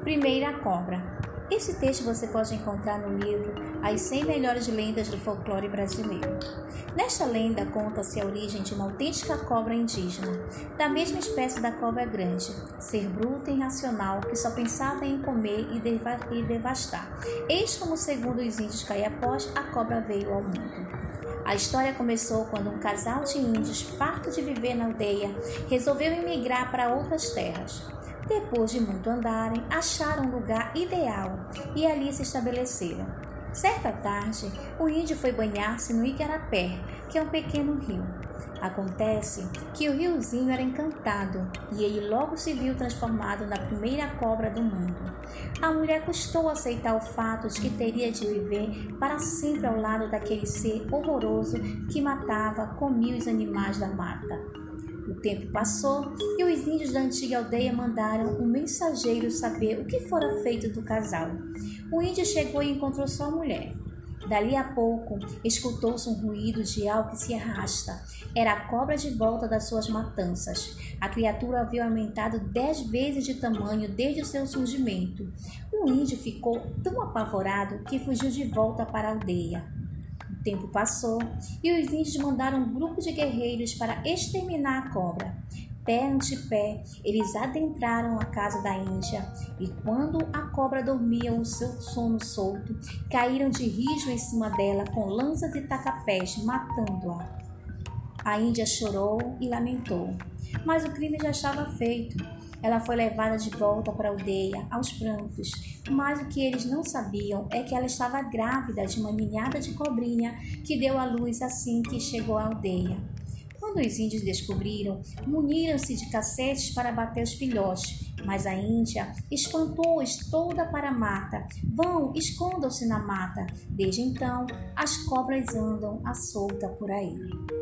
Primeira Cobra. Esse texto você pode encontrar no livro As 100 Melhores Lendas do Folclore Brasileiro. Nesta lenda conta-se a origem de uma autêntica cobra indígena, da mesma espécie da cobra grande, ser bruta e irracional que só pensava em comer e devastar. Eis como, segundo os índios caiapós, a cobra veio ao mundo. A história começou quando um casal de índios, farto de viver na aldeia, resolveu emigrar para outras terras. Depois de muito andarem, acharam um lugar ideal e ali se estabeleceram. Certa tarde, o índio foi banhar-se no Igarapé, que é um pequeno rio. Acontece que o riozinho era encantado e ele logo se viu transformado na primeira cobra do mundo. A mulher custou aceitar o fato de que teria de viver para sempre ao lado daquele ser horroroso que matava, comia os animais da mata. O tempo passou e os índios da antiga aldeia mandaram um mensageiro saber o que fora feito do casal. O índio chegou e encontrou sua mulher. Dali a pouco, escutou-se um ruído de algo que se arrasta. Era a cobra de volta das suas matanças. A criatura havia aumentado 10 vezes de tamanho desde o seu surgimento. O índio ficou tão apavorado que fugiu de volta para a aldeia. O tempo passou e os índios mandaram um grupo de guerreiros para exterminar a cobra. Pé ante pé, eles adentraram a casa da Índia e, quando a cobra dormia o seu sono solto, caíram de rijo em cima dela com lanças e tacapés, matando-a. A Índia chorou e lamentou, mas o crime já estava feito. Ela foi levada de volta para a aldeia, aos prantos, mas o que eles não sabiam é que ela estava grávida de uma ninhada de cobrinha que deu à luz assim que chegou à aldeia. Quando os índios descobriram, muniram-se de cacetes para bater os filhotes, mas a Índia espantou-os toda para a mata. Vão, escondam-se na mata. Desde então, as cobras andam à solta por aí.